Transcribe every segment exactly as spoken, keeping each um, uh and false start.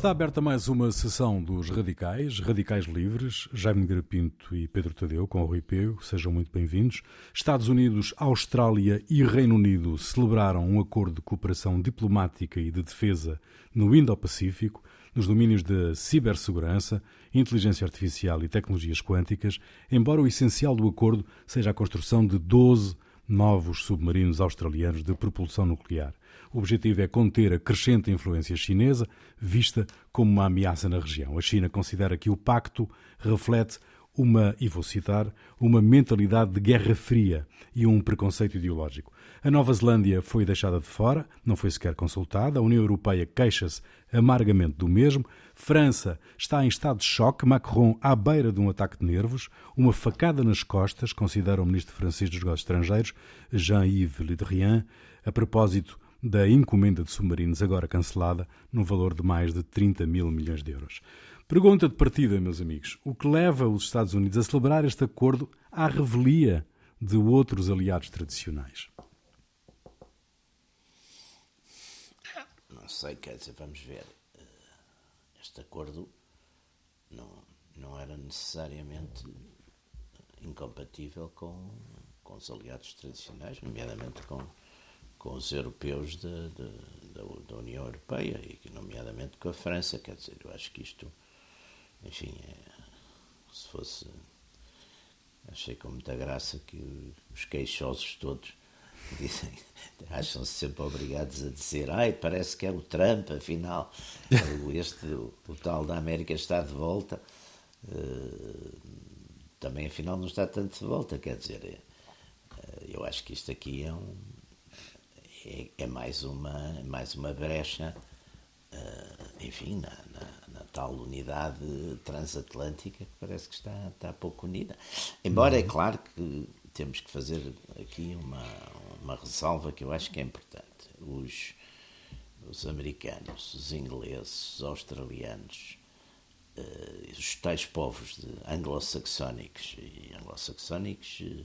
Está aberta mais uma sessão dos Radicais, Radicais Livres, Jaime Nogueira Pinto e Pedro Tadeu, com o Rui Pego, sejam muito bem-vindos. Estados Unidos, Austrália e Reino Unido celebraram um acordo de cooperação diplomática e de defesa no Indo-Pacífico, nos domínios da cibersegurança, inteligência artificial e tecnologias quânticas, embora o essencial do acordo seja a construção de doze novos submarinos australianos de propulsão nuclear. O objetivo é conter a crescente influência chinesa, vista como uma ameaça na região. A China considera que o pacto reflete uma, e vou citar, uma mentalidade de guerra fria e um preconceito ideológico. A Nova Zelândia foi deixada de fora, não foi sequer consultada. A União Europeia queixa-se amargamente do mesmo. França está em estado de choque. Macron à beira de um ataque de nervos. Uma facada nas costas, considera o ministro francês dos Negócios Estrangeiros, Jean-Yves Le Drian, a propósito da encomenda de submarinos agora cancelada, no valor de mais de trinta mil milhões de euros. Pergunta de partida, meus amigos. O que leva os Estados Unidos a celebrar este acordo à revelia de outros aliados tradicionais? Não sei, quer dizer, vamos ver. Este acordo não, não era necessariamente incompatível com, com os aliados tradicionais, nomeadamente com com os europeus de, de, da, da União Europeia, e nomeadamente com a França. Quer dizer, eu acho que isto, enfim, é, se fosse... Achei com muita graça que os queixosos todos dizem, acham-se sempre obrigados a dizer, ai, parece que é o Trump, afinal, este, o, o tal da América está de volta. Uh, também, afinal, não está tanto de volta, quer dizer, é, eu acho que isto aqui é um É, é mais uma, mais uma brecha, uh, enfim, na, na, na tal unidade transatlântica que parece que está, está pouco unida. Embora é claro que temos que fazer aqui uma, uma ressalva que eu acho que é importante. Os, os americanos, os ingleses, os australianos, uh, os tais povos de anglo-saxónicos e anglo-saxónicos... Uh,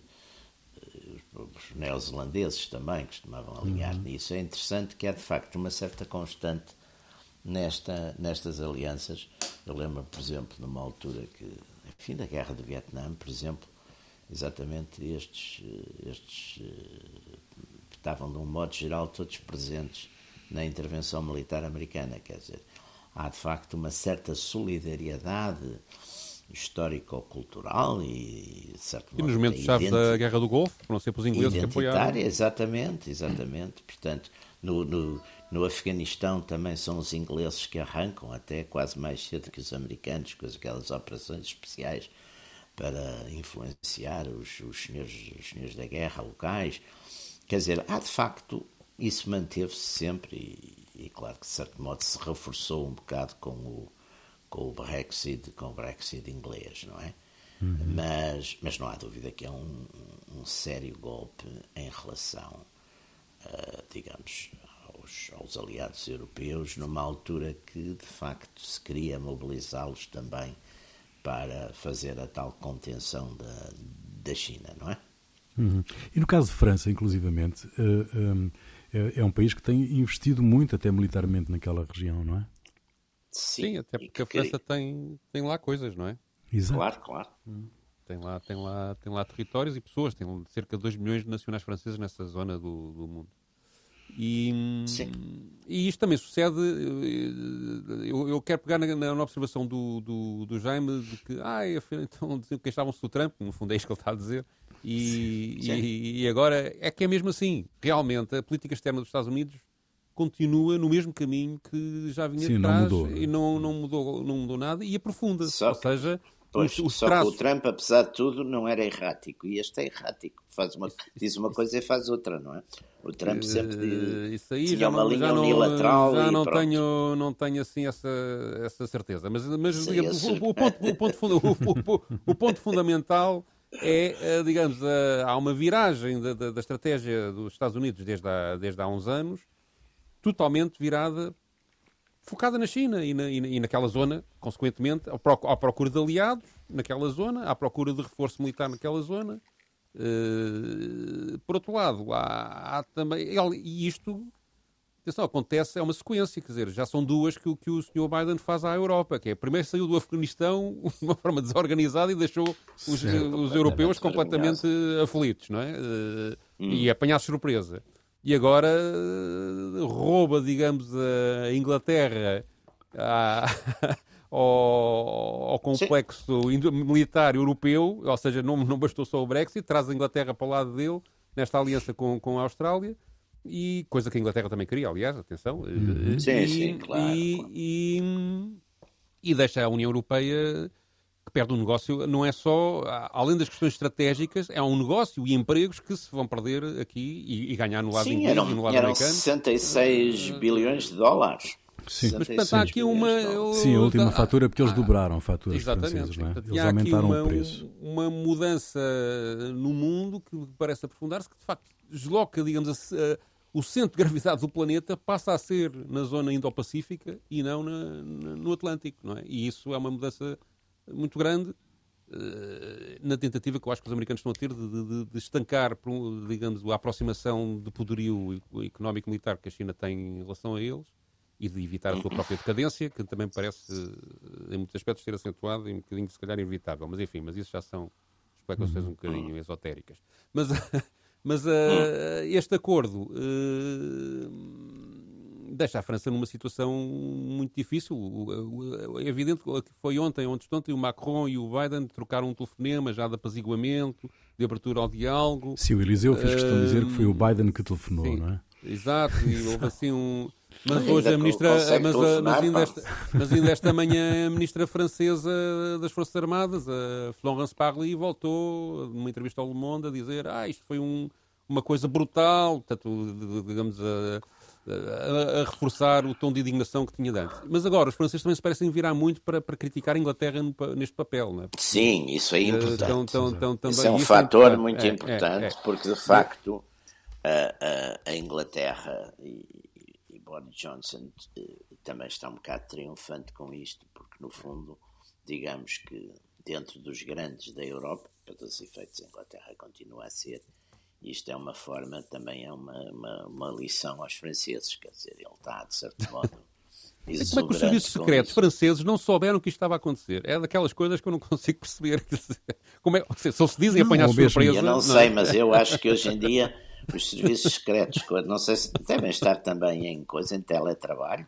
os neozelandeses também costumavam alinhar uhum. nisso. É interessante que há de facto uma certa constante nesta, nestas alianças. Eu lembro, por exemplo, numa altura que, enfim, da Guerra do Vietnã, por exemplo, exatamente estes, estes estavam de um modo geral todos presentes na intervenção militar americana. Quer dizer, há de facto uma certa solidariedade histórico-cultural e, de certo modo, e nos momentos-chave da Guerra do Golfo, por não ser para os ingleses que apoiaram. Exatamente, exatamente. Portanto, no, no, no Afeganistão também são os ingleses que arrancam, até quase mais cedo que os americanos, com aquelas operações especiais para influenciar os, os, senhores, os senhores da guerra locais. Quer dizer, há de facto, isso manteve-se sempre e, e claro que de certo modo se reforçou um bocado com o com o Brexit, com o Brexit inglês, não é? Uhum. Mas, mas não há dúvida que é um, um sério golpe em relação, uh, digamos, aos, aos aliados europeus, numa altura que, de facto, se queria mobilizá-los também para fazer a tal contenção da, da China, não é? Uhum. E no caso de França, inclusivamente, uh, um, é, é um país que tem investido muito, até militarmente, naquela região, não é? Sim, Sim, até porque a França tem, tem lá coisas, não é? Exato. Claro, claro. Hum. Tem, lá, tem, lá, tem lá territórios e pessoas, tem cerca de dois milhões de nacionais franceses nessa zona do, do mundo. E, Sim. e isto também sucede, eu, eu quero pegar na, na observação do, do, do Jaime de que, ah, então queixavam-se do Trump, no fundo é isto que ele está a dizer, e, Sim. e, e agora é que é mesmo assim, realmente a política externa dos Estados Unidos continua no mesmo caminho que já vinha Sim, de trás não mudou, e não, não, mudou, não mudou nada e aprofunda-se. Só Ou seja, pois, os, os só traços... que o Trump, apesar de tudo, não era errático. E este é errático. Faz uma, diz uma coisa e faz outra, não é? O Trump sempre uh, isso aí tinha já uma não, linha já não, unilateral já e não pronto. tenho, não tenho assim essa, essa certeza. Mas, mas Sim, digamos, esse... o, o, ponto, o, ponto funda, o, o, o ponto fundamental é, digamos, a, há uma viragem da, da, da estratégia dos Estados Unidos desde há, desde há uns anos, totalmente virada, focada na China e, na, e naquela zona, consequentemente, à procura de aliados naquela zona, à procura de reforço militar naquela zona. Uh, por outro lado, há, há também... E isto atenção, acontece, é uma sequência, quer dizer, já são duas que, que o senhor Biden faz à Europa, que é, primeiro saiu do Afeganistão de uma forma desorganizada e deixou os, os europeus completamente aflitos, não é? Uh, hum. E apanhar surpresa. E agora uh, rouba, digamos, a Inglaterra a, ao, ao complexo Sim. militar europeu, ou seja, não, não bastou só o Brexit, traz a Inglaterra para o lado dele, nesta aliança com, com a Austrália, e coisa que a Inglaterra também queria, aliás, atenção. Uhum. Sim, e, sim, claro. E, e, e deixa a União Europeia que perde um negócio, não é só, além das questões estratégicas, é um negócio e empregos que se vão perder aqui e, e ganhar no lado sim, inglês eram, e no lado eram americano. sessenta e seis bilhões de dólares. Sim. Mas portanto há aqui uma... Sim, a última fatura, porque eles dobraram a fatura Exatamente. franceses, não é? Portanto, eles aumentaram uma, o preço. uma mudança no mundo que parece aprofundar-se, que de facto desloca, digamos, a, a, o centro de gravidade do planeta passa a ser na zona Indo-Pacífica e não na, na, no Atlântico, não é? E isso é uma mudança muito grande, uh, na tentativa que eu acho que os americanos estão a ter de, de, de estancar, digamos, a aproximação de poderio económico-militar que a China tem em relação a eles, e de evitar a sua própria decadência, que também parece, em muitos aspectos, ser acentuada e um bocadinho, se calhar, inevitável. Mas, enfim, mas isso já são especulações um bocadinho esotéricas. Mas, mas uh, este acordo uh, deixa a França numa situação muito difícil. É evidente que foi ontem, ontem, ontem, o Macron e o Biden trocaram um telefonema já de apaziguamento, de abertura ao diálogo. Sim, o Eliseu fez questão de dizer que foi o Biden que telefonou, sim, não é? Exato, e houve assim um... Mas hoje a ministra, mas, a, mas, ainda esta, mas ainda esta manhã a ministra francesa das Forças Armadas, a Florence Parly, voltou numa entrevista ao Le Monde a dizer ah, isto foi um, uma coisa brutal, portanto, digamos, a, a, a reforçar o tom de indignação que tinha de antes. Mas agora os franceses também se parecem virar muito para, para criticar a Inglaterra no, neste papel, não é? Porque, sim, isso é importante. Então, então, então, também, isso é um isso fator é muito é, importante, é, é. porque de facto a, a, a Inglaterra e Boris Johnson eh, também está um bocado triunfante com isto, porque no fundo, digamos que dentro dos grandes da Europa, para todos os efeitos, a Inglaterra continua a ser, e isto é uma forma, também é uma, uma, uma lição aos franceses, quer dizer, ele está, de certo modo, exuberante. Como é que os serviços secretos franceses não souberam que isto estava a acontecer? É daquelas coisas que eu não consigo perceber. Como é, se eles dizem apanhar surpresa... Eu não, não sei, mas eu acho que hoje em dia... Os serviços secretos, não sei se devem estar também em coisa, em teletrabalho.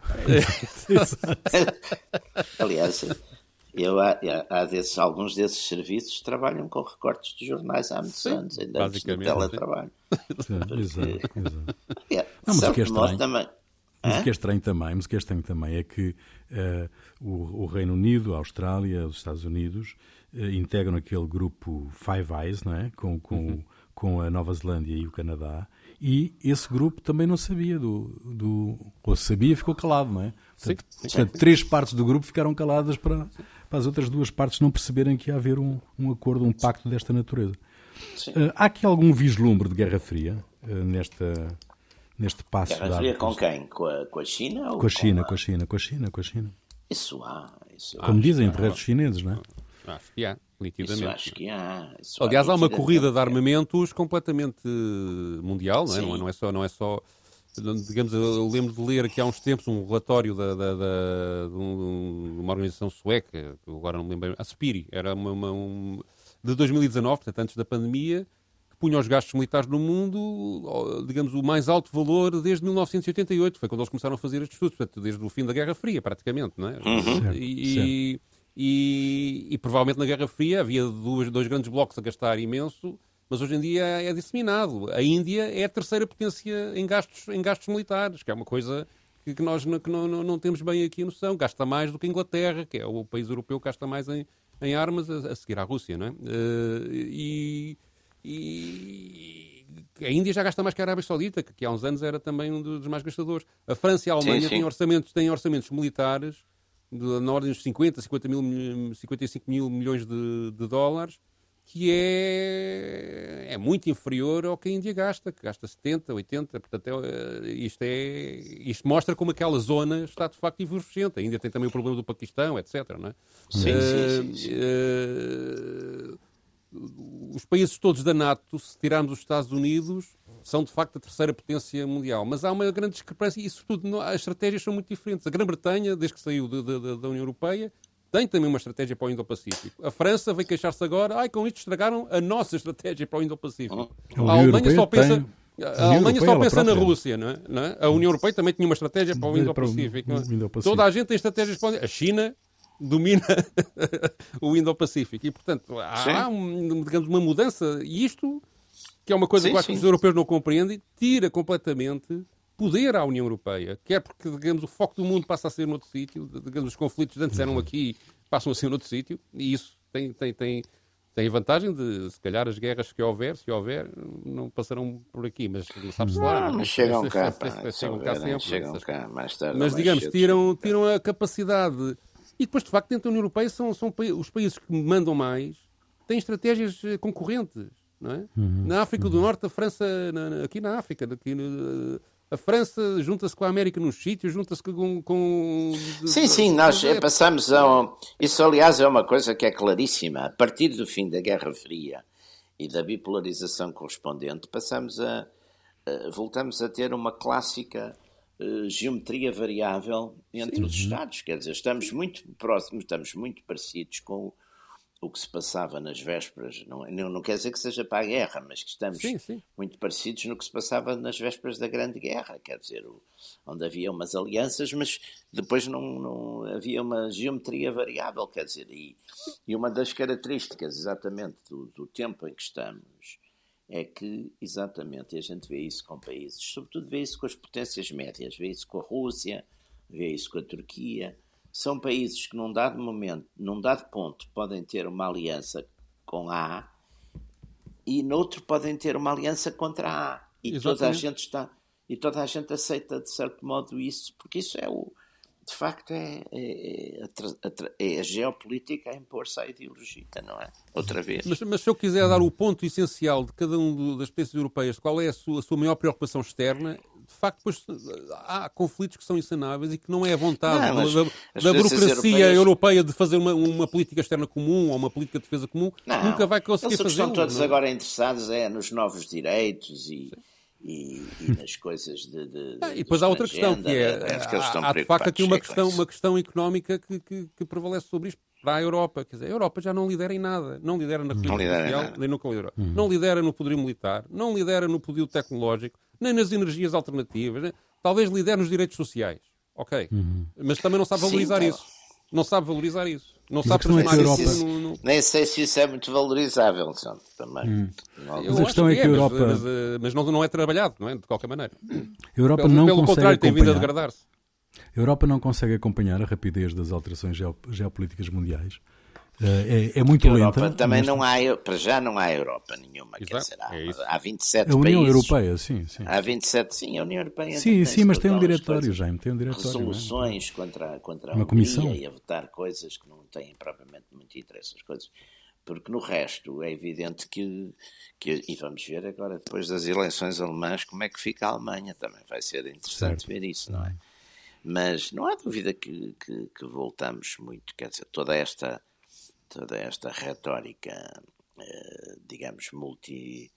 Aliás, eu, há, há desses, alguns desses serviços trabalham com recortes de jornais há muitos Sim, anos, ainda antes do teletrabalho. Porque, exato, exato. É, não, mas o que é estranho, também, mas o que é estranho também, mas o que é estranho também é que uh, o, o Reino Unido, a Austrália, os Estados Unidos uh, integram aquele grupo Five Eyes, não é? Com, com uhum. com a Nova Zelândia e o Canadá, e esse grupo também não sabia do... do ou sabia, ficou calado, não é? Portanto, sim, sim. portanto três partes do grupo ficaram caladas para, para as outras duas partes não perceberem que ia haver um, um acordo, um pacto desta natureza. Uh, há aqui algum vislumbre de Guerra Fria uh, nesta, neste passo? Guerra Fria com quem? Com a, com a China? Ou com a China, com a... com a China, com a China, com a China. Isso há. Isso Como dizem, entre os chineses, não é? Acho que há, nitidamente. Isso acho que há. Isso Aliás, há, há uma corrida de é. armamentos completamente mundial, não é? Não, não é só, não é só, digamos, eu lembro de ler aqui há uns tempos um relatório da, da, da, de, um, de uma organização sueca, que agora não me lembro, a Spiri, era uma, uma, um, de dois mil e dezanove, portanto antes da pandemia, que punha os gastos militares no mundo, digamos, o mais alto valor desde mil novecentos e oitenta e oito, foi quando eles começaram a fazer estes estudos, portanto, desde o fim da Guerra Fria, praticamente, não é? Uhum. Certo, e, certo. E, e provavelmente na Guerra Fria havia duas, dois grandes blocos a gastar imenso, mas hoje em dia é disseminado. A Índia é a terceira potência em gastos, em gastos militares, que é uma coisa que, que nós que não, não, não temos bem aqui a noção. Gasta mais do que a Inglaterra, que é o país europeu que gasta mais em, em armas, a, a seguir à Rússia, não é? Uh, e, e a Índia já gasta mais que a Arábia Saudita, que, que há uns anos era também um dos mais gastadores. A França e a Alemanha sim, sim. têm orçamentos, têm orçamentos militares na ordem dos cinquenta, cinquenta mil, cinquenta e cinco mil milhões de, de dólares, que é, é muito inferior ao que a Índia gasta, que gasta setenta, oitenta, portanto, é, isto, é, isto mostra como aquela zona está de facto efervescente. A Índia tem também o problema do Paquistão, etcétera. Não é? Sim, uh, sim, sim, sim. Uh, os países todos da NATO, se tirarmos os Estados Unidos, são de facto a terceira potência mundial. Mas há uma grande discrepância e, sobretudo, as estratégias são muito diferentes. A Grã-Bretanha, desde que saiu de, de, de, da União Europeia, tem também uma estratégia para o Indo-Pacífico. A França veio queixar-se agora, ai, com isto estragaram a nossa estratégia para o Indo-Pacífico. A, a Alemanha só pensa, tem... a a Alemanha só pensa na Rússia, não é? Não é? A União Europeia também tinha uma estratégia para o Indo-Pacífico. É? Toda a gente tem estratégias para o Indo-Pacífico. A China domina o Indo-Pacífico. E, portanto, há um, digamos, uma mudança. E isto, que é uma coisa sim, que eu acho sim. que os europeus não compreendem, tira completamente poder à União Europeia. Quer porque, digamos, o foco do mundo passa a ser noutro sítio. Digamos, os conflitos de antes eram aqui, passam a ser noutro sítio. E isso tem, tem, tem, tem a vantagem de, se calhar, as guerras que houver, se houver, não passarão por aqui. Mas sabe-se lá. Não, não chegam se, cá. se, pá, se, chegam cá sempre. Chegam cá mais tarde. Mas, mais digamos, cedo, tiram, tiram a capacidade... E depois, de facto, dentro da União Europeia, são, são os países que mandam mais, têm estratégias concorrentes. Não é? Uhum, na África uhum. do Norte, a França, na, aqui na África, aqui, a França junta-se com a América nos sítios, junta-se com... com sim, sim, nós é, passamos a... Isso, aliás, é uma coisa que é claríssima. A partir do fim da Guerra Fria e da bipolarização correspondente, passamos a... a voltamos a ter uma clássica... geometria variável entre Sim. os Estados, quer dizer, estamos muito próximos, estamos muito parecidos com o que se passava nas vésperas, não, não, não quer dizer que seja para a guerra, mas que estamos sim, sim. muito parecidos no que se passava nas vésperas da Grande Guerra, quer dizer, onde havia umas alianças, mas depois não, não havia uma geometria variável, quer dizer, e, e uma das características exatamente do, do tempo em que estamos é que, exatamente, a gente vê isso com países, sobretudo vê isso com as potências médias, vê isso com a Rússia, vê isso com a Turquia. São países que num dado momento, num dado ponto, podem ter uma aliança com a A e noutro podem ter uma aliança contra a A. E exatamente. toda a gente está, e toda a gente aceita, de certo modo, isso, porque isso é o... De facto, é, é, é, é a geopolítica a impor-se à ideologia, não é? Outra vez. Mas, mas se eu quiser dar o ponto essencial de cada uma das potências europeias, qual é a sua, a sua maior preocupação externa, de facto, depois, há conflitos que são insanáveis e que não é a vontade não, da, da burocracia europeias... europeia de fazer uma, uma política externa comum ou uma política de defesa comum, não, nunca vai conseguir fazer. Eles estão todos não? agora interessados é nos novos direitos e... E, e nas coisas de, de, ah, e depois há outra questão agenda, que é, é, é que eles estão há de facto aqui uma questão, uma questão económica que, que, que prevalece sobre isto para a Europa. Quer dizer, a Europa já não lidera em nada, não lidera na política social, nem nunca liderou. Uhum. Não lidera no poderio militar, não lidera no poderio tecnológico, nem nas energias alternativas, né? Talvez lidere nos direitos sociais, ok, uhum. mas também não sabe valorizar Sim, tá. isso. Não sabe valorizar isso. Não sabe transformar é Europa... isso. No, no... Nem sei se isso é muito valorizável, também. Hum. Mas a questão é que, é, que a Europa... Mas, mas, mas não, não é trabalhado, não é? De qualquer maneira. A Europa pelo não pelo consegue contrário, tem acompanhar... vindo a degradar-se. A Europa não consegue acompanhar a rapidez das alterações geopolíticas mundiais. É, é muito Europa lenta. Também não há, para já não há Europa nenhuma, Exato, quer dizer, há, é há vinte e sete a União países. Europeia, sim, sim. Há vinte e sete, sim, a União Europeia. Sim, sim, mas tem um diretório, Jaime, tem um diretório. Resoluções é? contra, contra a Uma comissão e a votar coisas que não têm propriamente muito interesse, as coisas. Porque no resto é evidente que, que, e vamos ver agora, depois das eleições alemãs, como é que fica a Alemanha, também vai ser interessante certo. ver isso, não é? Mas não há dúvida que, que, que voltamos muito, quer dizer, toda esta... toda esta retórica, digamos, multi,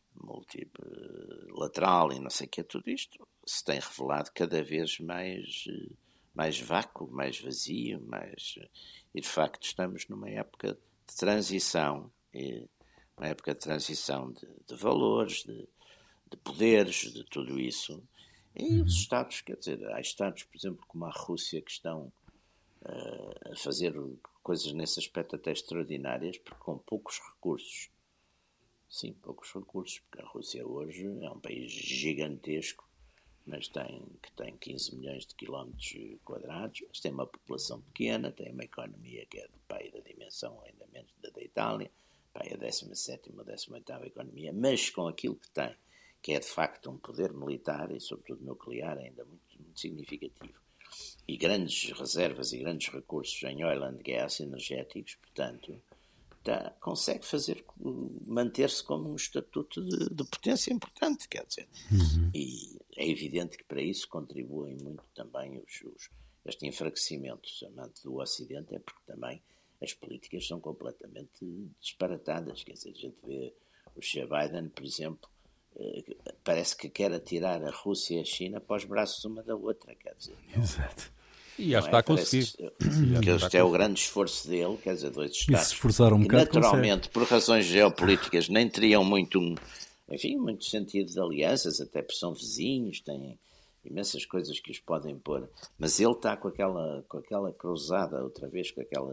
multilateral e não sei o que é tudo isto, se tem revelado cada vez mais, mais vácuo, mais vazio, mais... e de facto estamos numa época de transição, uma época de transição de, de valores, de, de poderes, de tudo isso. E os Estados, quer dizer, há Estados, por exemplo, como a Rússia, que estão uh, a fazer coisas nesse aspecto até extraordinárias, porque com poucos recursos. Sim, poucos recursos, porque a Rússia hoje é um país gigantesco, mas tem, que tem quinze milhões de quilómetros quadrados, mas tem uma população pequena, tem uma economia que é de pai da dimensão ainda menos da da Itália, pai a décima sétima ou décima oitava economia, mas com aquilo que tem, que é de facto um poder militar e sobretudo nuclear ainda muito, muito significativo. E grandes reservas e grandes recursos em oil and gas energéticos, portanto, tá, consegue fazer, manter-se como um estatuto de, de potência importante, quer dizer. Uhum. E é evidente que para isso contribuem muito também os, os, este enfraquecimento do Ocidente, é porque também as políticas são completamente disparatadas, quer dizer, a gente vê o Joe Biden, por exemplo, parece que quer atirar a Rússia e a China para os braços uma da outra, quer dizer. Não, Exato. E já está a conseguir. Que, que este é o grande esforço dele, quer dizer, dois Estados e se esforçar um que bocado, naturalmente, consegue. Por razões geopolíticas, nem teriam muito um, enfim, muito sentido de alianças, até porque são vizinhos, têm imensas coisas que os podem pôr, mas ele está com aquela, com aquela cruzada, outra vez, com aquela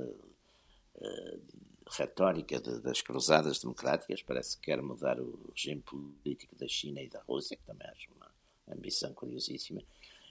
uh, retórica de, das cruzadas democráticas, parece que quer mudar o regime político da China e da Rússia, que também acho uma ambição curiosíssima,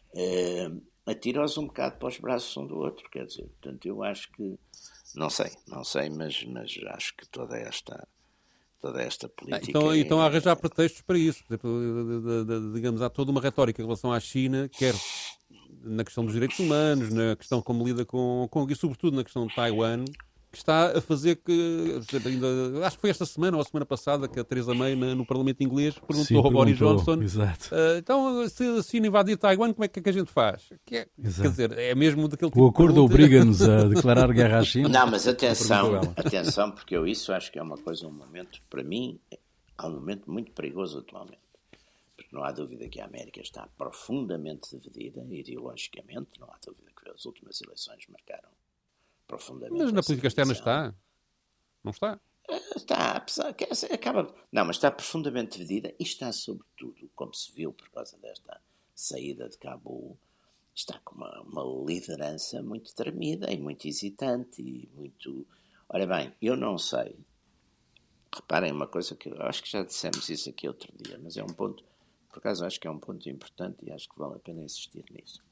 uh, atira-os um bocado para os braços um do outro, quer dizer, portanto eu acho que, não sei, não sei, mas, mas acho que toda esta toda esta política... Ah, então, é... então há arranjar pretextos para isso, por exemplo, de, de, de, digamos, há toda uma retórica em relação à China, quer na questão dos direitos humanos, na questão como lida com, com e sobretudo na questão de Taiwan, que está a fazer que, ainda, acho que foi esta semana ou a semana passada que a Theresa May na, no Parlamento inglês perguntou Sim, ao Boris perguntou, Johnson uh, então se a China invadir Taiwan, como é que, é que a gente faz? Que é, quer dizer, é mesmo daquele tipo o acordo de obriga-nos a declarar guerra à China? Não, mas atenção, atenção, porque eu isso acho que é uma coisa, um momento, para mim, é um momento muito perigoso atualmente. Porque não há dúvida que a América está profundamente dividida, ideologicamente, não há dúvida que as últimas eleições marcaram profundamente. Mas na política externa está? Não está? Está, apesar que acaba... Não, mas está profundamente dividida e está, sobretudo, como se viu por causa desta saída de Cabul, está com uma, uma liderança muito tremida e muito hesitante e muito... Ora bem, eu não sei, reparem uma coisa que eu acho que já dissemos isso aqui outro dia, mas é um ponto, por acaso acho que é um ponto importante e acho que vale a pena insistir nisso.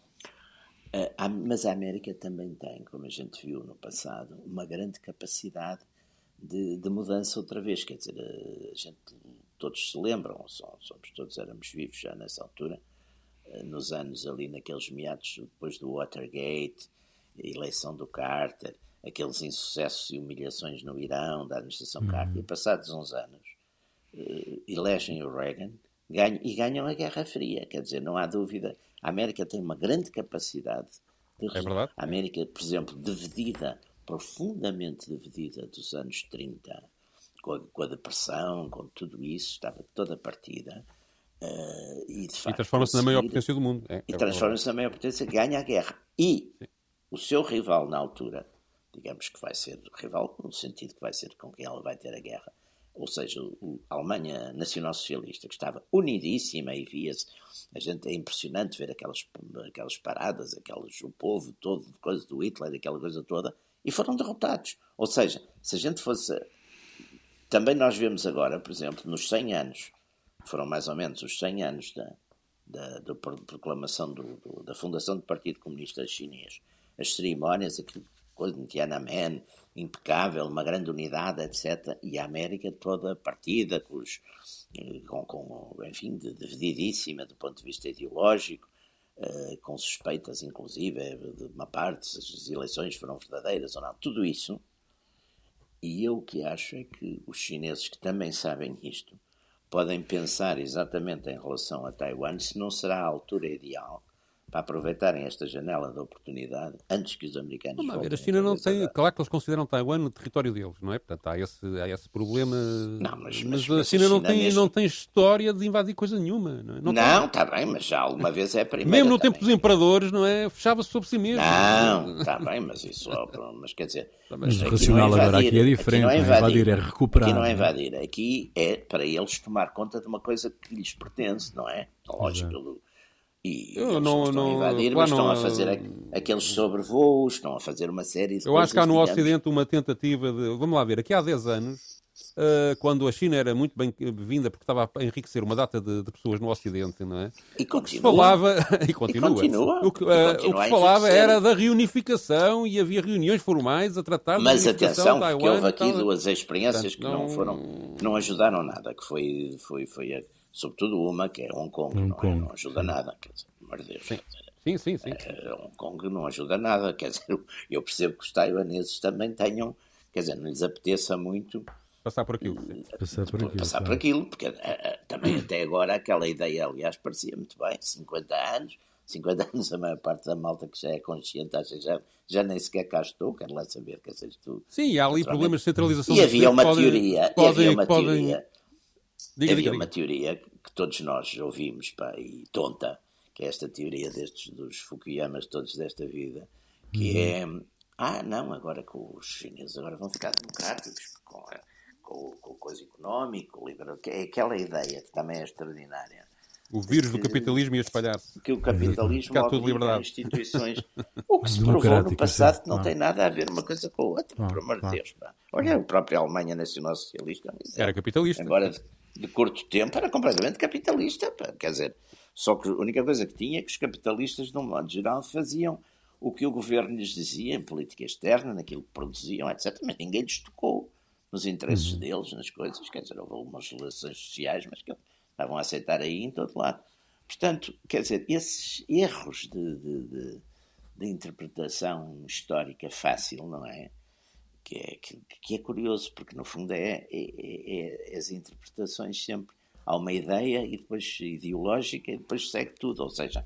Uh, mas a América também tem, como a gente viu no passado, uma grande capacidade de, de mudança outra vez. Quer dizer, a gente, todos se lembram, somos, todos éramos vivos já nessa altura, uh, nos anos ali, naqueles meados depois do Watergate, a eleição do Carter, aqueles insucessos e humilhações no Irão, da administração uhum. Carter, e passados uns anos, uh, elegem o Reagan ganham, e ganham a Guerra Fria. Quer dizer, não há dúvida. A América tem uma grande capacidade de... É verdade. A América, por exemplo, dividida, profundamente dividida dos anos trinta, com a, com a depressão, com tudo isso, estava toda partida. Uh, e, de facto, e transforma-se na maior potência do mundo. É, e é transforma-se na maior potência, ganha a guerra. E Sim. o seu rival na altura, digamos que vai ser rival no sentido que vai ser com quem ela vai ter a guerra, ou seja, a Alemanha nacional-socialista, que estava unidíssima e via-se, a gente é impressionante ver aquelas, aquelas paradas, aquelas, o povo todo, coisa do Hitler, aquela coisa toda, e foram derrotados. Ou seja, se a gente fosse... Também nós vemos agora, por exemplo, nos cem anos, foram mais ou menos os cem anos da, da, da proclamação do, do, da fundação do Partido Comunista Chinês, as cerimónias, aquilo, coisa de Tiananmen, impecável, uma grande unidade, etcétera. E a América toda partida, com, os, com, com enfim, divididíssima do ponto de vista ideológico, uh, com suspeitas, inclusive, de uma parte, se as eleições foram verdadeiras ou não, tudo isso. E eu o que acho é que os chineses, que também sabem isto, podem pensar exatamente em relação a Taiwan, se não será a altura ideal para aproveitarem esta janela de oportunidade antes que os americanos não, voltem. A China não tem... Claro que eles consideram Taiwan no território deles, não é? Portanto, há esse, há esse problema... Não, mas, mas, mas a China, a China não, tem, mesmo... não tem história de invadir coisa nenhuma. Não, é? não, não está bem, mas já alguma vez é a primeira. Mesmo no também. tempo dos imperadores, não é? Fechava-se sobre si mesmo. Não, está bem, mas isso... Mas quer dizer... Mas o racional é agora aqui é diferente. Aqui não é invadir, não é, invadir, é recuperar. Aqui não é invadir. Aqui é para eles tomar conta de uma coisa que lhes pertence, não é? Lógico, pelo... E eu eles não, estão não, a invadir, claro, mas estão não, a fazer aqueles sobrevoos, estão a fazer uma série de eu coisas. Eu acho que há no digamos... Ocidente uma tentativa de... Vamos lá ver, aqui há dez anos, uh, quando a China era muito bem-vinda, porque estava a enriquecer uma data de, de pessoas no Ocidente, não é? E continua. O que se falava... e continua. E continua. O que, uh, e continua o que se falava era da reunificação e havia reuniões formais a tratar mas da atenção, Taiwan, porque houve aqui tal... duas experiências Portanto, que não, não foram... não ajudaram nada, que foi... foi, foi a... sobretudo uma, que é Hong Kong, Hong não, Kong. É, não ajuda nada, quer dizer, meu Deus, sim. Quer dizer, Sim, sim, sim. Uh, Hong Kong não ajuda nada, quer dizer, eu percebo que os taiwaneses também tenham, quer dizer, não lhes apeteça muito passar por aquilo. Uh, passar por aquilo, passar claro. por aquilo porque uh, uh, também até agora aquela ideia, aliás, parecia muito bem, cinquenta anos, cinquenta anos a maior parte da malta que já é consciente, acha já, já nem sequer cá estou, quero lá saber, quer dizer, tu... Sim, há ali problemas de centralização. E havia uma podem, teoria, podem, e havia uma podem... teoria, Diga, havia diga, uma diga. teoria que todos nós ouvimos, pá, e tonta, que é esta teoria destes, dos Fukuyamas todos desta vida, que uhum. é, ah, não, agora com os chineses agora vão ficar democráticos, com, a, com, com a coisa económica, o liberal, que é aquela ideia que também é extraordinária. O vírus que, do capitalismo ia espalhar-se. Que o capitalismo obriga a instituições, o que se provou no passado que não ah. tem nada a ver uma coisa com a outra, ah, por amor de ah. Deus. Pá. Olha, a própria Alemanha Nacional Socialista era capitalista. Embora de, de curto tempo era completamente capitalista. Pá. Quer dizer, só que a única coisa que tinha é que os capitalistas, de um modo geral, faziam o que o governo lhes dizia em política externa, naquilo que produziam, etcétera. Mas ninguém lhes tocou nos interesses uhum. deles, nas coisas. Quer dizer, houve algumas relações sociais, mas que estavam a aceitar aí em todo lado. Portanto, quer dizer, esses erros de, de, de, de interpretação histórica fácil, não é? Que é, que, que é curioso, porque no fundo é, é, é as interpretações sempre. Há uma ideia e depois ideológica e depois segue tudo. Ou seja,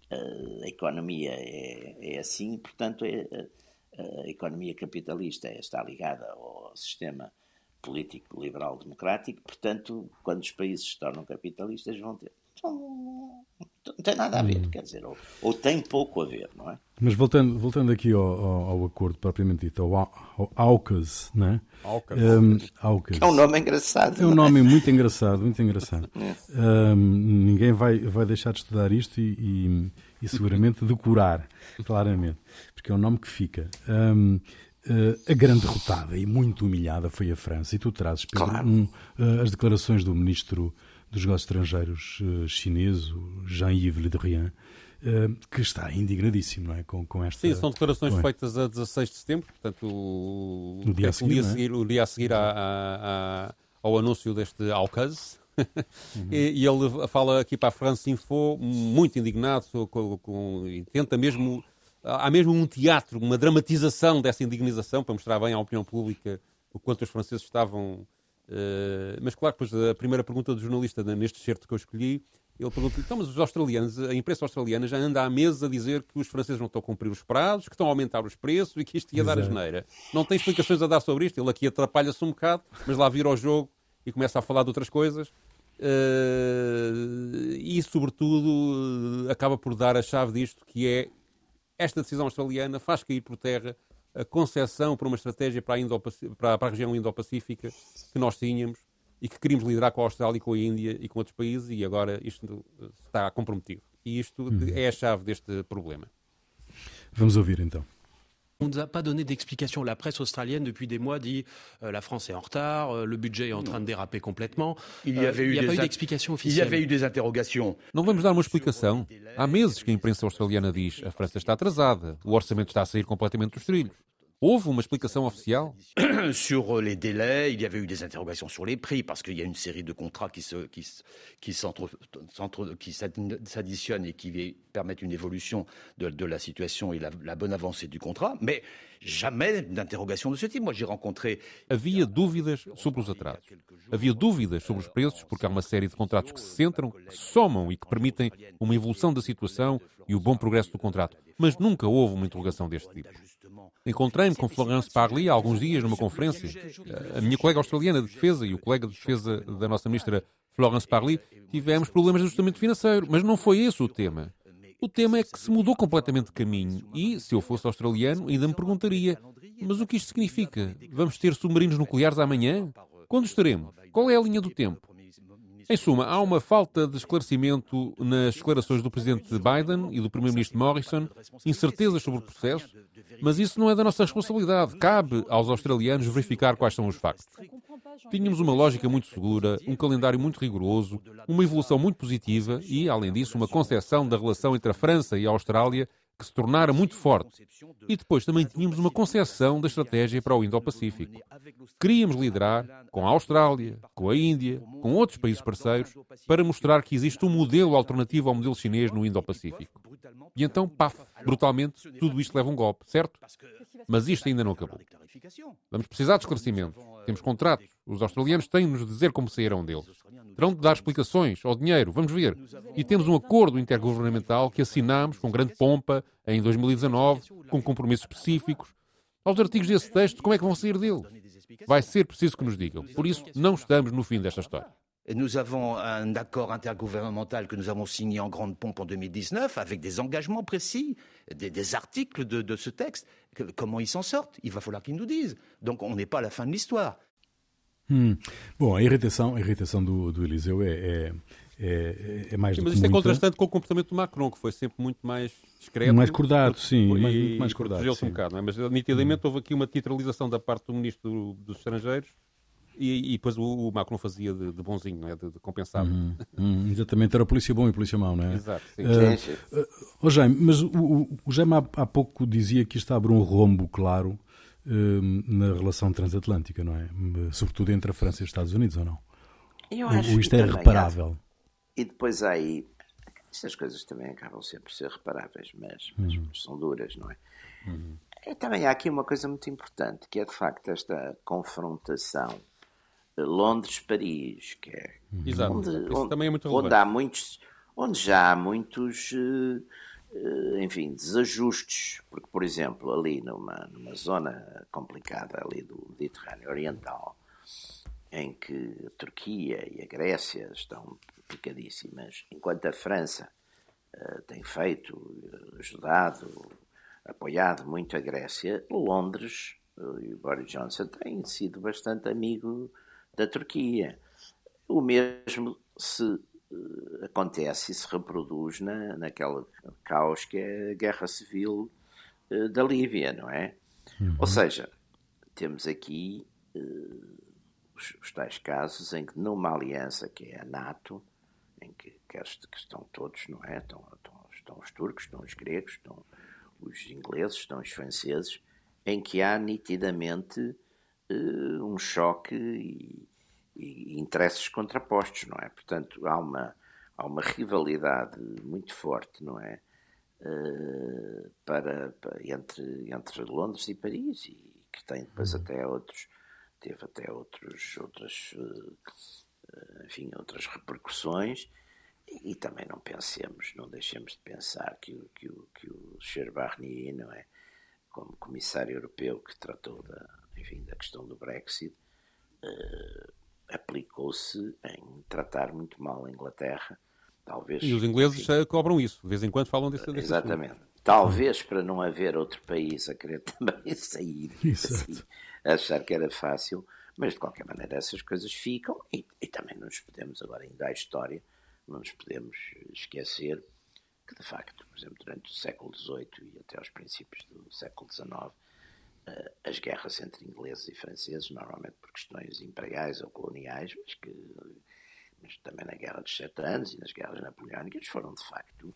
a economia é, é assim, portanto, é, a, a economia capitalista está ligada ao sistema político liberal democrático, portanto, quando os países se tornam capitalistas vão ter... Não, não tem nada a ver, hum. quer dizer, ou, ou tem pouco a ver, não é? Mas voltando, voltando aqui ao, ao, ao acordo propriamente dito, ao, ao AUKUS, não é? AUKUS. Um, AUKUS. É um nome engraçado. É um nome é? muito engraçado, muito engraçado. É. Um, ninguém vai, vai deixar de estudar isto e, e, e seguramente decorar, claramente, porque é um nome que fica... Um, Uh, a grande derrotada e muito humilhada foi a França. E tu trazes, Pedro, claro. um, uh, as declarações do ministro dos Negócios Estrangeiros uh, chinês, o Jean-Yves Le Drian, uh, que está indignadíssimo, não é? Com, com esta... Sim, são declarações é? feitas a dezasseis de setembro, portanto, o, no dia a seguir, o dia, é? seguir, o dia a seguir a, a, a, ao anúncio deste AUKUS. Uhum. e, e ele fala aqui para a France Info, muito indignado, com, com, e tenta mesmo... Há mesmo um teatro, uma dramatização dessa indignização para mostrar bem à opinião pública o quanto os franceses estavam... Uh, mas claro, depois a primeira pergunta do jornalista neste certo que eu escolhi, ele perguntou, então, mas os australianos, a imprensa australiana já anda há meses a dizer que os franceses não estão a cumprir os prazos, que estão a aumentar os preços e que isto ia Exato. Dar asneira. Não tem explicações a dar sobre isto. Ele aqui atrapalha-se um bocado, mas lá vira ao jogo e começa a falar de outras coisas. Uh, e, sobretudo, acaba por dar a chave disto, que é esta decisão australiana faz cair por terra a concepção para uma estratégia para a, Indo-Paci- para, para a região Indo-Pacífica que nós tínhamos e que queríamos liderar com a Austrália, com a Índia e com outros países, e agora isto está comprometido. E isto hum. é a chave deste problema. Vamos ouvir então. On ne nous a pas donné d'explication. La presse australienne, depuis des mois, dit euh, la France est en retard, euh, le budget est en train de déraper complètement. Il y avait euh, eu il n'y a des pas eu in... d'explication officielle. Il y avait eu des interrogations. Não vamos dar uma explicação. Há meses que a imprensa australiana diz a França está atrasada, o orçamento está a sair completamente dos trilhos. Houve uma explicação oficial? Sur les délais, il y avait eu des interrogations sur les prix, parce qu'il y a une série de contrats qui, se, qui, qui, s'entre, s'entre, qui s'additionnent et qui permettent une évolution de, de la situation et la, la bonne avancée du contrat, mais jamais d'interrogation de ce type. Moi, j'ai rencontré... Havia dúvidas sobre os atrasos. Havia dúvidas sobre os preços, porque há uma série de contratos que se centram, que se somam e que permitem uma evolução da situação e o bom progresso do contrato. Mas nunca houve uma interrogação deste tipo. Encontrei-me com Florence Parly há alguns dias numa conferência. A minha colega australiana de defesa e o colega de defesa da nossa ministra Florence Parly tivemos problemas de ajustamento financeiro, mas não foi esse o tema. O tema é que se mudou completamente de caminho e, se eu fosse australiano, ainda me perguntaria, mas o que isto significa? Vamos ter submarinos nucleares amanhã? Quando estaremos? Qual é a linha do tempo? Em suma, há uma falta de esclarecimento nas declarações do presidente Biden e do primeiro-ministro Morrison, incertezas sobre o processo, mas isso não é da nossa responsabilidade. Cabe aos australianos verificar quais são os factos. Tínhamos uma lógica muito segura, um calendário muito rigoroso, uma evolução muito positiva e, além disso, uma concepção da relação entre a França e a Austrália que se tornara muito forte. E depois também tínhamos uma concepção da estratégia para o Indo-Pacífico. Queríamos liderar com a Austrália, com a Índia, com outros países parceiros, para mostrar que existe um modelo alternativo ao modelo chinês no Indo-Pacífico. E então, paf, brutalmente, tudo isto leva um golpe, certo? Mas isto ainda não acabou. Vamos precisar de esclarecimento. Temos contratos. Os australianos têm de nos dizer como saíram deles. Terão de dar explicações ao dinheiro, vamos ver. E temos um acordo intergovernamental que assinámos com grande pompa em dois mil e dezanove, com compromissos específicos. Aos artigos desse texto, como é que vão sair dele? Vai ser preciso que nos digam. Por isso, não estamos no fim desta história. Nous avons un accord intergouvernemental que nous avons signé en grande pompe en deux mille dix-neuf avec des engagements précis, des, des articles de, de ce texte. Que, comment ils s'en sortent? Il va falloir qu'ils nous disent. Donc on n'est pas à la fin de l'histoire. Hum. Bom, a irritação, a irritação do, do Eliseu é, é, é, é mais sim, do mas que isto muita. é contrastante com o comportamento do Macron, que foi sempre muito mais discreto. Mais cordado, sim, e, mais, muito mais cordado. Protegeu-se um bocado, não é? Mas nitidamente hum. houve aqui uma teatralização da parte do Ministro dos Estrangeiros. E, e depois o, o Macron fazia de, de bonzinho, não é? de, de compensar. Uhum, uhum, exatamente, era polícia bom e polícia mau, não é? Exato. Sim. Uh, uh, oh, Jaime, mas o, o, o Jaime há, há pouco dizia que isto abre um rombo claro uh, na relação transatlântica, não é? Sobretudo entre a França e os Estados Unidos, ou não? Eu acho ou isto que é reparável? Há... E depois há aí... Estas coisas também acabam sempre por ser reparáveis, mas, mas uhum. são duras, não é? Uhum. E também há aqui uma coisa muito importante, que é de facto esta confrontação Londres-Paris, que é Exato. onde, Isso onde, também é muito onde há muitos, onde já há muitos, enfim, desajustes, porque, por exemplo, ali numa, numa zona complicada ali do Mediterrâneo Oriental, em que a Turquia e a Grécia estão picadíssimas, enquanto a França uh, tem feito, ajudado, apoiado muito a Grécia, Londres uh, e o Boris Johnson têm sido bastante amigo da Turquia. O mesmo se uh, acontece e se reproduz na, naquela caos que é a guerra civil uh, da Líbia, não é? Uhum. Ou seja, temos aqui uh, os, os tais casos em que numa aliança que é a NATO, em que, que estão todos, não é? Estão, estão, estão os turcos, estão os gregos, estão os ingleses, estão os franceses, em que há nitidamente Uh, um choque e, e interesses contrapostos, não é? Portanto, há uma, há uma rivalidade muito forte, não é? Uh, para, para, entre, entre Londres e Paris, e que tem depois até outros, teve até outros, outras, uh, enfim, outras repercussões, e, e também não pensemos, não deixemos de pensar que o, que o, que o senhor Barnier, não é? Como comissário europeu que tratou da enfim, da questão do Brexit, uh, aplicou-se em tratar muito mal a Inglaterra, talvez... E os ingleses enfim, cobram isso, de vez em quando falam desse, desse Exatamente. assunto. Talvez para não haver outro país a querer também sair, assim, achar que era fácil, mas de qualquer maneira essas coisas ficam, e, e também não nos podemos, agora ainda à história, não nos podemos esquecer que, de facto, por exemplo, durante o século dezoito e até aos princípios do século dezenove, as guerras entre ingleses e franceses, normalmente por questões imperiais ou coloniais, mas que mas também na Guerra dos Sete Anos e nas guerras napoleónicas foram, de facto,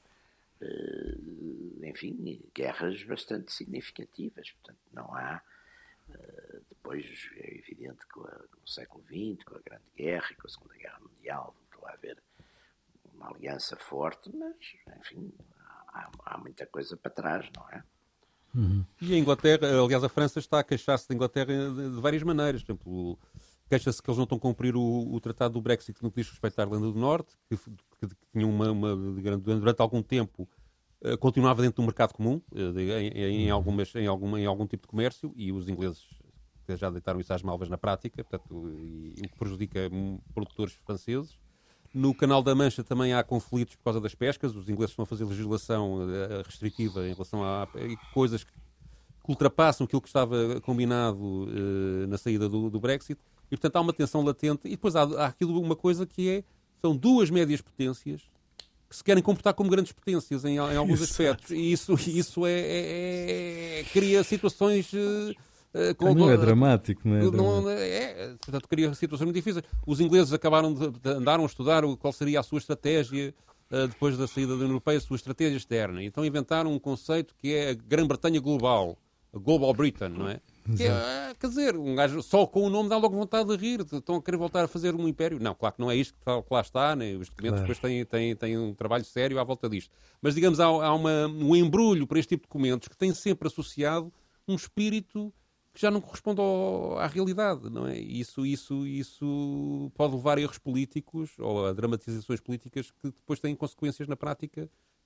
enfim, guerras bastante significativas. Portanto, não há... Depois é evidente que no século vinte, com a Grande Guerra e com a Segunda Guerra Mundial, voltou a haver uma aliança forte, mas, enfim, há, há muita coisa para trás, não é? Uhum. E a Inglaterra, aliás, a França está a queixar-se da Inglaterra de, de várias maneiras. Por exemplo, queixa-se que eles não estão a cumprir o, o tratado do Brexit no que diz respeito à Irlanda do Norte, que, que, que tinha uma, uma, durante algum tempo uh, continuava dentro do mercado comum, uh, em, em, algumas, em, alguma, em algum tipo de comércio, e os ingleses já deitaram isso às malvas na prática, portanto, e, e o que prejudica produtores franceses. No Canal da Mancha também há conflitos por causa das pescas. Os ingleses estão a fazer legislação restritiva em relação a coisas que ultrapassam aquilo que estava combinado uh, na saída do, do Brexit. E, portanto, há uma tensão latente. E depois há, há aquilo, uma coisa que é... São duas médias potências que se querem comportar como grandes potências em, em alguns Exato. aspectos. E isso, isso é, é, é, cria situações... Uh, Uh, com, não é dramático, não é? Não, dramático. é portanto, cria situações muito difíceis. Os ingleses acabaram de, de andaram a estudar qual seria a sua estratégia uh, depois da saída da União Europeia, a sua estratégia externa. Então inventaram um conceito que é a Grã-Bretanha Global, a Global Britain, não é? Que é, quer dizer, um gajo só com o nome dá logo vontade de rir. Estão a querer voltar a fazer um império? Não, claro que não é isto que, tá, que lá está, né? Os documentos claro. depois têm, têm, têm um trabalho sério à volta disto. Mas, digamos, há, há uma, um embrulho para este tipo de documentos que tem sempre associado um espírito que já não corresponde ao, à realidade, não é? Isso, isso, isso pode levar a erros políticos ou a dramatizações políticas que depois têm consequências na prática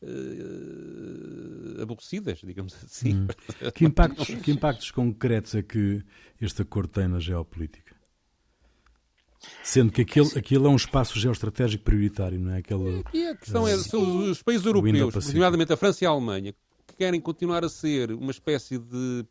uh, aborrecidas, digamos assim. Hum. Que impactos, que impactos concretos é que este acordo tem na geopolítica? Sendo que aquilo, aquilo é um espaço geoestratégico prioritário, não é? Aquele, e a questão é, são os países europeus, nomeadamente a França e a Alemanha, que querem continuar a ser uma espécie de,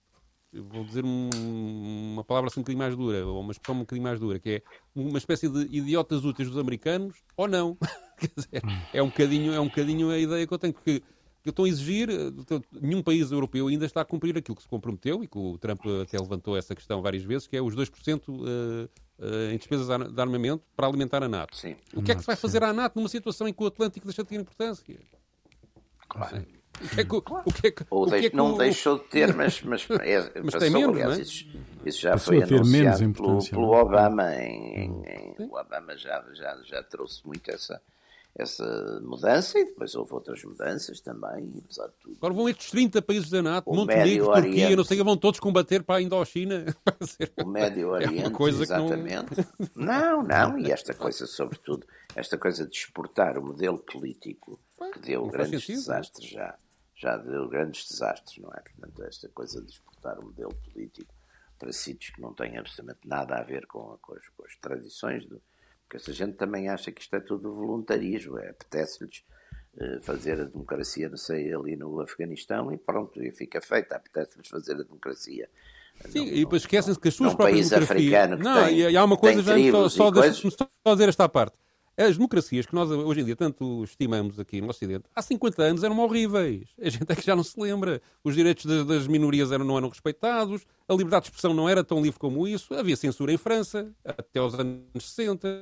vou dizer um, uma palavra assim um bocadinho mais dura, ou uma expressão um bocadinho mais dura, que é uma espécie de idiotas úteis dos americanos, ou não. Quer dizer, é um bocadinho, é um bocadinho a ideia que eu tenho, porque que estão a exigir, nenhum país europeu ainda está a cumprir aquilo que se comprometeu, e que o Trump até levantou essa questão várias vezes, que é os dois por cento uh, uh, em despesas de armamento para alimentar a NATO. Sim. O que é que se vai fazer à NATO numa situação em que o Atlântico deixa de ter importância? Claro. O que é que, o que é que, Ou o que é que não o... deixou de ter, mas, mas, é, mas passou, tem menos, aliás, não é? isso, isso já Passou foi a ter menos anunciado pelo, importância, pelo não é? Obama. Em, em, em, o Obama já, já, já trouxe muito essa, essa mudança, e depois houve outras mudanças também, apesar de tudo. Agora vão estes trinta países da NATO, O Montenegro, Médio Turquia, Oriente. não sei, vão todos combater para a Indochina. O Médio Oriente, é uma coisa exatamente. Que não... não, não, e esta coisa, sobretudo, esta coisa de exportar o modelo político que deu não faz grandes sentido, desastres já, já deu grandes desastres, não é? Portanto, esta coisa de exportar o modelo político para sítios que não têm absolutamente nada a ver com, com, as, com as tradições, do, porque essa gente também acha que isto é tudo voluntarismo, é, apetece-lhes uh, fazer a democracia, não sei, ali no Afeganistão, e pronto, e fica feita, apetece-lhes fazer a democracia. Sim, não, e depois esquecem-se que as suas num próprias país democracias... africano que Não, tem- e há uma coisa, tem já tribos só, só, e coisas- deixa-me só dizer esta parte. As democracias que nós hoje em dia tanto estimamos aqui no Ocidente, há cinquenta anos eram horríveis. A gente é que já não se lembra. Os direitos das, das minorias eram, não eram respeitados, a liberdade de expressão não era tão livre como isso, havia censura em França, até aos anos sessenta.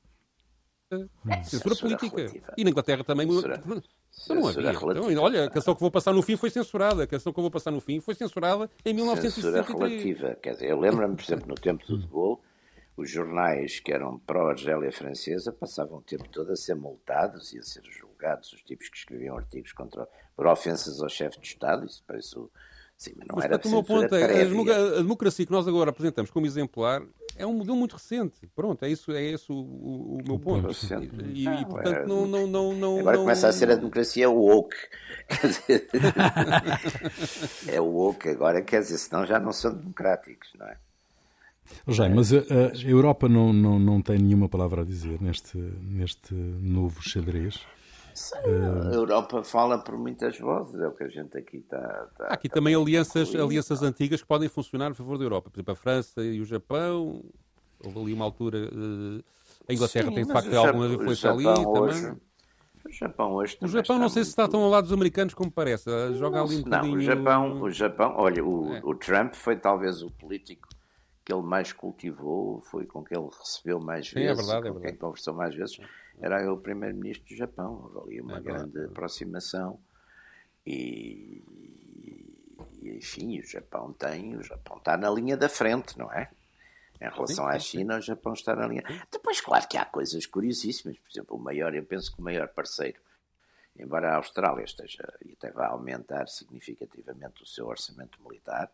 Censura, Censura política. relativa. E na Inglaterra também... Censura- Então não censura havia. relativa. Então, olha, a canção que vou passar no fim foi censurada. A canção que eu vou passar no fim foi censurada em mil novecentos e Censura sessenta e três. relativa. Quer dizer, eu lembro-me, por exemplo, no tempo do De Gaulle, os jornais que eram pró-Argélia francesa passavam o tempo todo a ser multados e a ser julgados, os tipos que escreviam artigos contra, por ofensas ao chefe de Estado. Isso parece o... Sim, mas não Mas, era portanto, o meu censura ponto é, a prévia. democracia- a democracia que nós agora apresentamos como exemplar é um modelo muito recente. Pronto, é isso, é esse o, o, o meu ponto. recente. E, e, Ah, portanto, é- não, não, não, não... Agora não- começa a ser a democracia woke. Quer dizer, é o woke agora, quer dizer, senão já não são democráticos, não é? Jaime, mas a, a Europa não, não, não tem nenhuma palavra a dizer neste, neste novo xadrez. A Europa fala por muitas vozes, é o que a gente aqui está... está Há aqui também alianças, concluindo. alianças antigas que podem funcionar a favor da Europa. Por exemplo, a França e o Japão. Houve ali uma altura... eh, a Inglaterra Sim, tem de mas facto o alguma Japão- influência o ali Japão também. hoje- O Japão hoje O também Japão não sei se está muito- tão ao lado dos americanos como parece. Joga ali um Não, bocadinho... o Japão, o Japão, olha, o, É. o Trump foi talvez o político que ele mais cultivou, foi com quem ele recebeu mais Sim, é vezes, verdade, é com quem verdade. conversou mais vezes, era o primeiro-ministro do Japão. Houve ali uma É verdade, grande é verdade. aproximação e, e, enfim, o Japão tem, o Japão está na linha da frente, não é? Em relação Sim, à sim, China, o Japão está na linha. Depois, claro que há coisas curiosíssimas. Por exemplo, o maior, eu penso que o maior parceiro, embora a Austrália esteja e até vá aumentar significativamente o seu orçamento militar,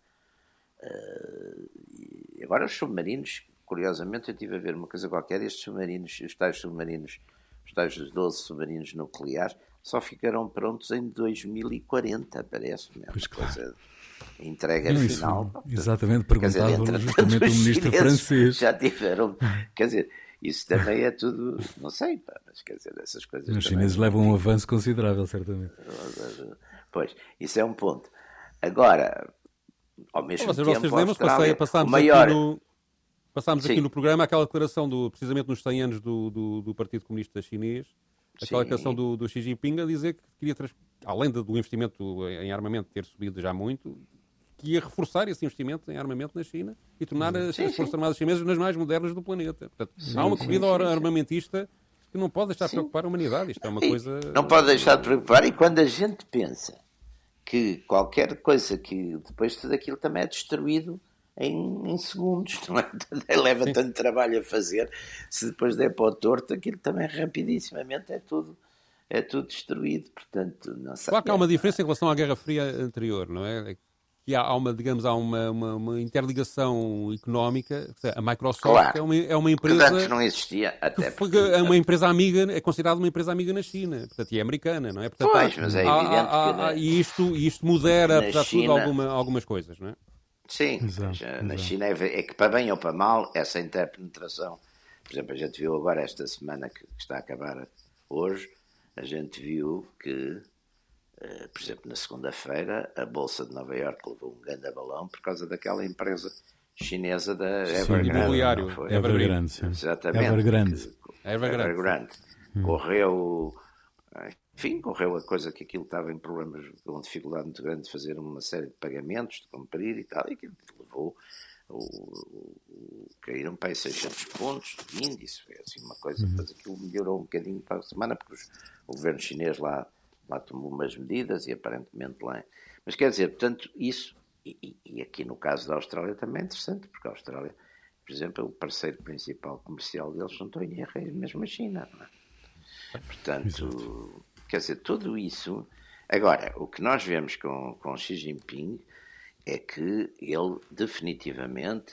uh, e agora os submarinos, curiosamente, eu estive a ver uma coisa qualquer, estes submarinos, os tais submarinos, os tais doze submarinos nucleares, só ficarão prontos em dois mil e quarenta, parece-me. É Pois uma claro. coisa entrega Não, isso, final. exatamente, Quer dizer, perguntava entretanto, justamente o os ministro chineses francês. já tiveram, quer dizer, isso também é tudo, não sei, pá, mas quer dizer, essas coisas Os também- chineses levam um avanço considerável, certamente. Pois, isso é um ponto. Agora, ao mesmo Vocês, tempo, vocês a lembram-se, passei- Austrália, passámos, o maior... aqui no, passámos aqui Sim. no programa aquela declaração, do, precisamente nos cem anos do, do, do Partido Comunista Chinês, aquela Sim. declaração do, do Xi Jinping a dizer que queria, trans- além do investimento em armamento ter subido já muito, que ia reforçar esse investimento em armamento na China e tornar as, Sim, as sim. Forças Armadas chinesas nas mais modernas do planeta. Portanto, há uma sim, corrida sim, sim. armamentista que não pode deixar de Sim. preocupar a humanidade. Isto é uma E coisa... não pode deixar de preocupar, e quando a gente pensa que qualquer coisa que depois tudo aquilo também é destruído em, em segundos, não é? Leva Sim. tanto trabalho a fazer, se depois der para o torto, aquilo também rapidissimamente é tudo, é tudo destruído, portanto, não sei. Claro que há uma diferença em relação à Guerra Fria anterior, não é? Que há uma, digamos, há uma, uma, uma interligação económica. A Microsoft Claro. é, uma, é uma Que empresa antes não existia, que até foi, porque... é uma empresa amiga, é considerada uma empresa amiga na China, portanto, e é americana, não é? Portanto, Pois, há- mas é há- evidente há- que há- na- e isto, e isto modera, na apesar de tudo, China- alguma, algumas coisas, não é? Sim, Exato, já na exato. China é, é que para bem ou para mal essa interpenetração por exemplo, a gente viu agora esta semana que está a acabar hoje, a gente viu que, por exemplo, na segunda-feira, a Bolsa de Nova Iorque levou um grande balão por causa daquela empresa chinesa da Evergrande. Sim, Evergrande, sim. Exatamente. Evergrande. Que, Evergrande. Evergrande. Hum. Correu, enfim, correu a coisa que aquilo estava em problemas, com dificuldade muito grande de fazer uma série de pagamentos, de cumprir e tal, e aquilo levou, o, o, o, caíram para aí seiscentos pontos de índice, foi assim uma coisa, hum. mas aquilo melhorou um bocadinho para a semana, porque os, o governo chinês lá, lá tomou umas medidas e aparentemente lá... Mas quer dizer, portanto, isso... E, e aqui no caso da Austrália também é interessante, porque a Austrália, por exemplo, o parceiro principal comercial deles, não estou em erro, é mesmo a China, não é? Portanto, Exato. Quer dizer, tudo isso... Agora, o que nós vemos com, com Xi Jinping é que ele definitivamente,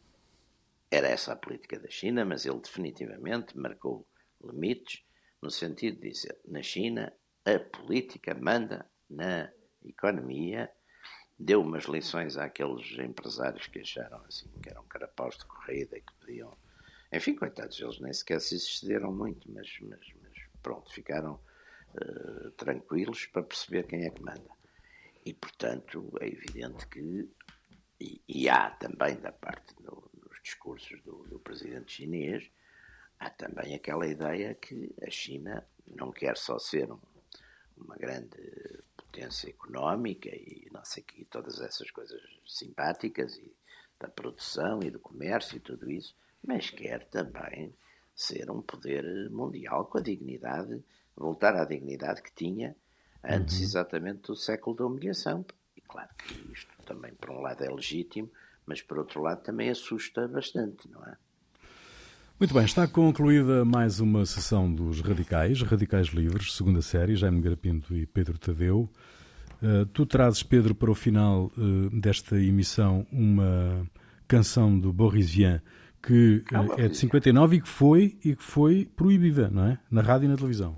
era essa a política da China, mas ele definitivamente marcou limites no sentido de dizer, na China a política manda na economia. Deu umas lições àqueles empresários que acharam assim, que eram carapaus de corrida e que podiam... Enfim, coitados, eles nem sequer se excederam muito, mas, mas, mas pronto, ficaram uh, tranquilos para perceber quem é que manda. E, portanto, é evidente que... E, e há também, da parte do, dos discursos do, do presidente chinês, há também aquela ideia que a China não quer só ser um, uma grande... potência económica e não sei que, todas essas coisas simpáticas e da produção e do comércio e tudo isso, mas quer também ser um poder mundial com a dignidade, voltar à dignidade que tinha antes uhum. exatamente do século da humilhação. E claro que isto também por um lado é legítimo, mas por outro lado também assusta bastante, não é? Muito bem, está concluída mais uma sessão dos Radicais, Radicais Livres, segunda série, Jaime Nogueira Pinto e Pedro Tadeu. Uh, tu trazes, Pedro, para o final uh, desta emissão uma canção do Boris Vian que uh, é de cinquenta e nove e que foi, e que foi proibida, não é? Na rádio e na televisão.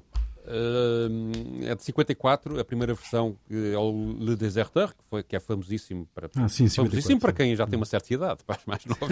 Uh, é de cinquenta e quatro, a primeira versão é o Le Déserteur, que, foi, que é famosíssimo para, ah, sim, famosíssimo para quem já tem uma certa idade, para os mais novos.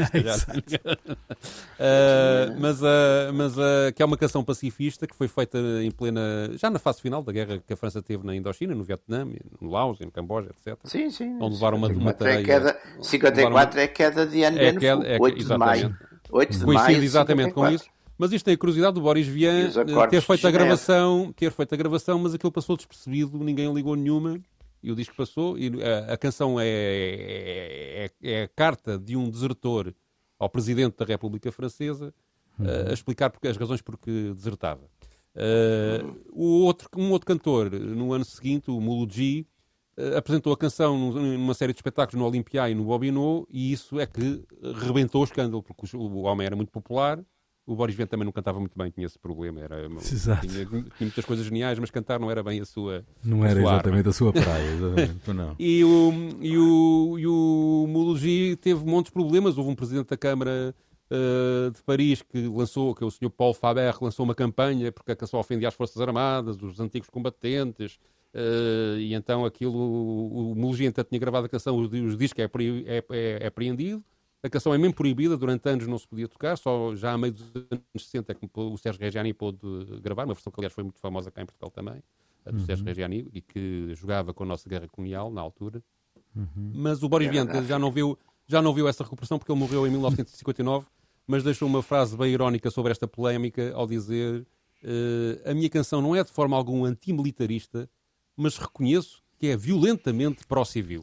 uh, mas uh, mas uh, que é uma canção pacifista que foi feita em plena, já na fase final da guerra que a França teve na Indochina, no Vietnã, no Laos, no Camboja, etcétera. Sim, sim. Onde levaram uma, uma tareia. É queda, cinquenta e quatro uma... é queda de An Ben Phu, é, oito de maio. oito de maio. Exatamente com isso. Mas isto tem a curiosidade do Boris Vian ter feito a gravação, ter feito a gravação, mas aquilo passou despercebido, ninguém ligou nenhuma, e o disco passou, e a, a canção é, é, é a carta de um desertor ao Presidente da República Francesa, uhum. a, a explicar porque, as razões por que desertava. Uh, o outro, um outro cantor, no ano seguinte, o Mouloudji, uh, apresentou a canção numa série de espetáculos no Olympia e no Bobino, e isso é que rebentou o escândalo, porque o, o homem era muito popular. O Boris Vian também não cantava muito bem, tinha esse problema. Era, tinha, tinha muitas coisas geniais, mas cantar não era bem a sua Não a era sua exatamente arma. a sua praia. Exatamente. não. E o, e o, e o Mouloudji teve montes de problemas. Houve um presidente da Câmara uh, de Paris que lançou, que é o senhor Paul Faber, lançou uma campanha porque a canção ofendia as Forças Armadas, os antigos combatentes. Uh, e então aquilo, o, o Mouloudji então tinha gravado a canção, os, os discos é, é, é, é apreendido. A canção é mesmo proibida, durante anos não se podia tocar, só já a meio dos anos sessenta é que o Sérgio Reggiani pôde gravar, uma versão que aliás foi muito famosa cá em Portugal também, a do uhum. Sérgio Reggiani, e que jogava com a nossa guerra colonial na altura. Uhum. Mas o Boris Vian já não viu, já não viu essa recuperação porque ele morreu em mil novecentos e cinquenta e nove, mas deixou uma frase bem irónica sobre esta polémica ao dizer uh, a minha canção não é de forma alguma antimilitarista, mas reconheço que é violentamente pró-civil.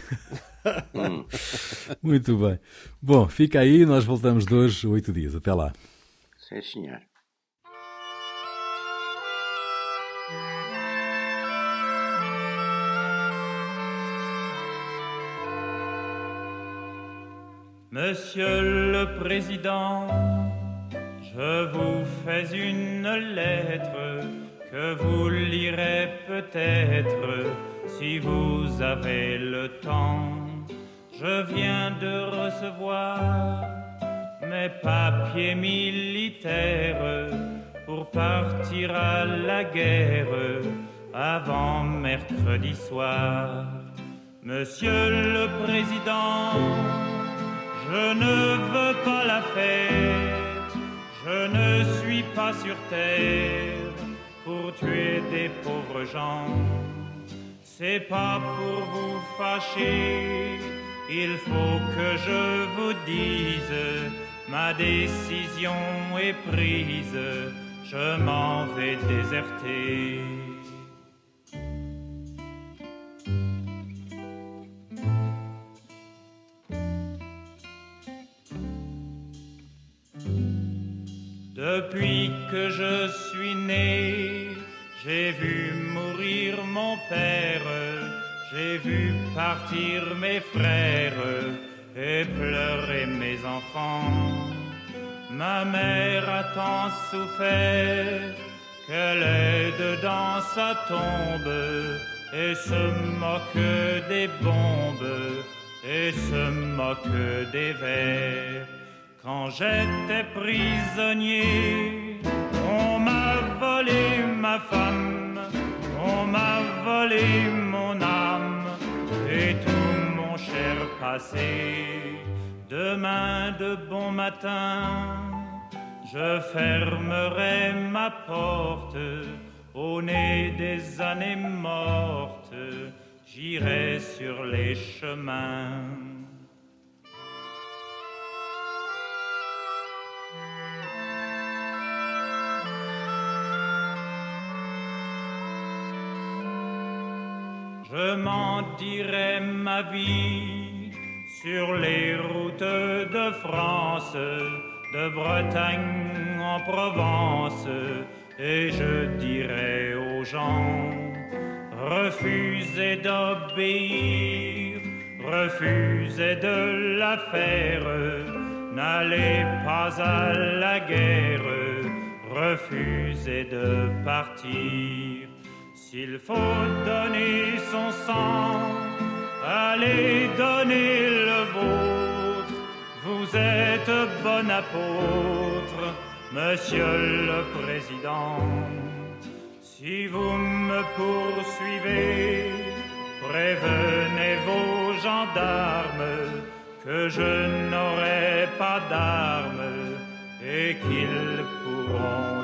Muito bem. Bom, fica aí, nós voltamos de hoje a oito dias. Até lá. Sim, senhor. Monsieur le Président, je vous fais une lettre que vous lirez peut-être si vous avez le temps. Je viens de recevoir mes papiers militaires pour partir à la guerre avant mercredi soir. Monsieur le Président, je ne veux pas la fête, Je ne suis pas sur terre pour tuer des pauvres gens. C'est pas pour vous fâcher, il faut que je vous dise, ma décision est prise, je m'en vais déserter. Depuis que je suis né, j'ai vu mourir mon père, j'ai vu partir mes frères et pleurer mes enfants. Ma mère a tant souffert qu'elle est dedans sa tombe et se moque des bombes et se moque des vers. Quand j'étais prisonnier, on m'a volé ma femme, on m'a volé mon âme et tout mon cher passé. Demain de bon matin, je fermerai ma porte au nez des années mortes, j'irai sur les chemins. Je m'en dirai ma vie sur les routes de France, de Bretagne en Provence, et je dirai aux gens, refusez d'obéir, refusez de la faire, n'allez pas à la guerre, refusez de partir. S'il faut donner son sang, allez donner le vôtre. Vous êtes bon apôtre, Monsieur le Président. Si vous me poursuivez, prévenez vos gendarmes que je n'aurai pas d'armes et qu'ils pourront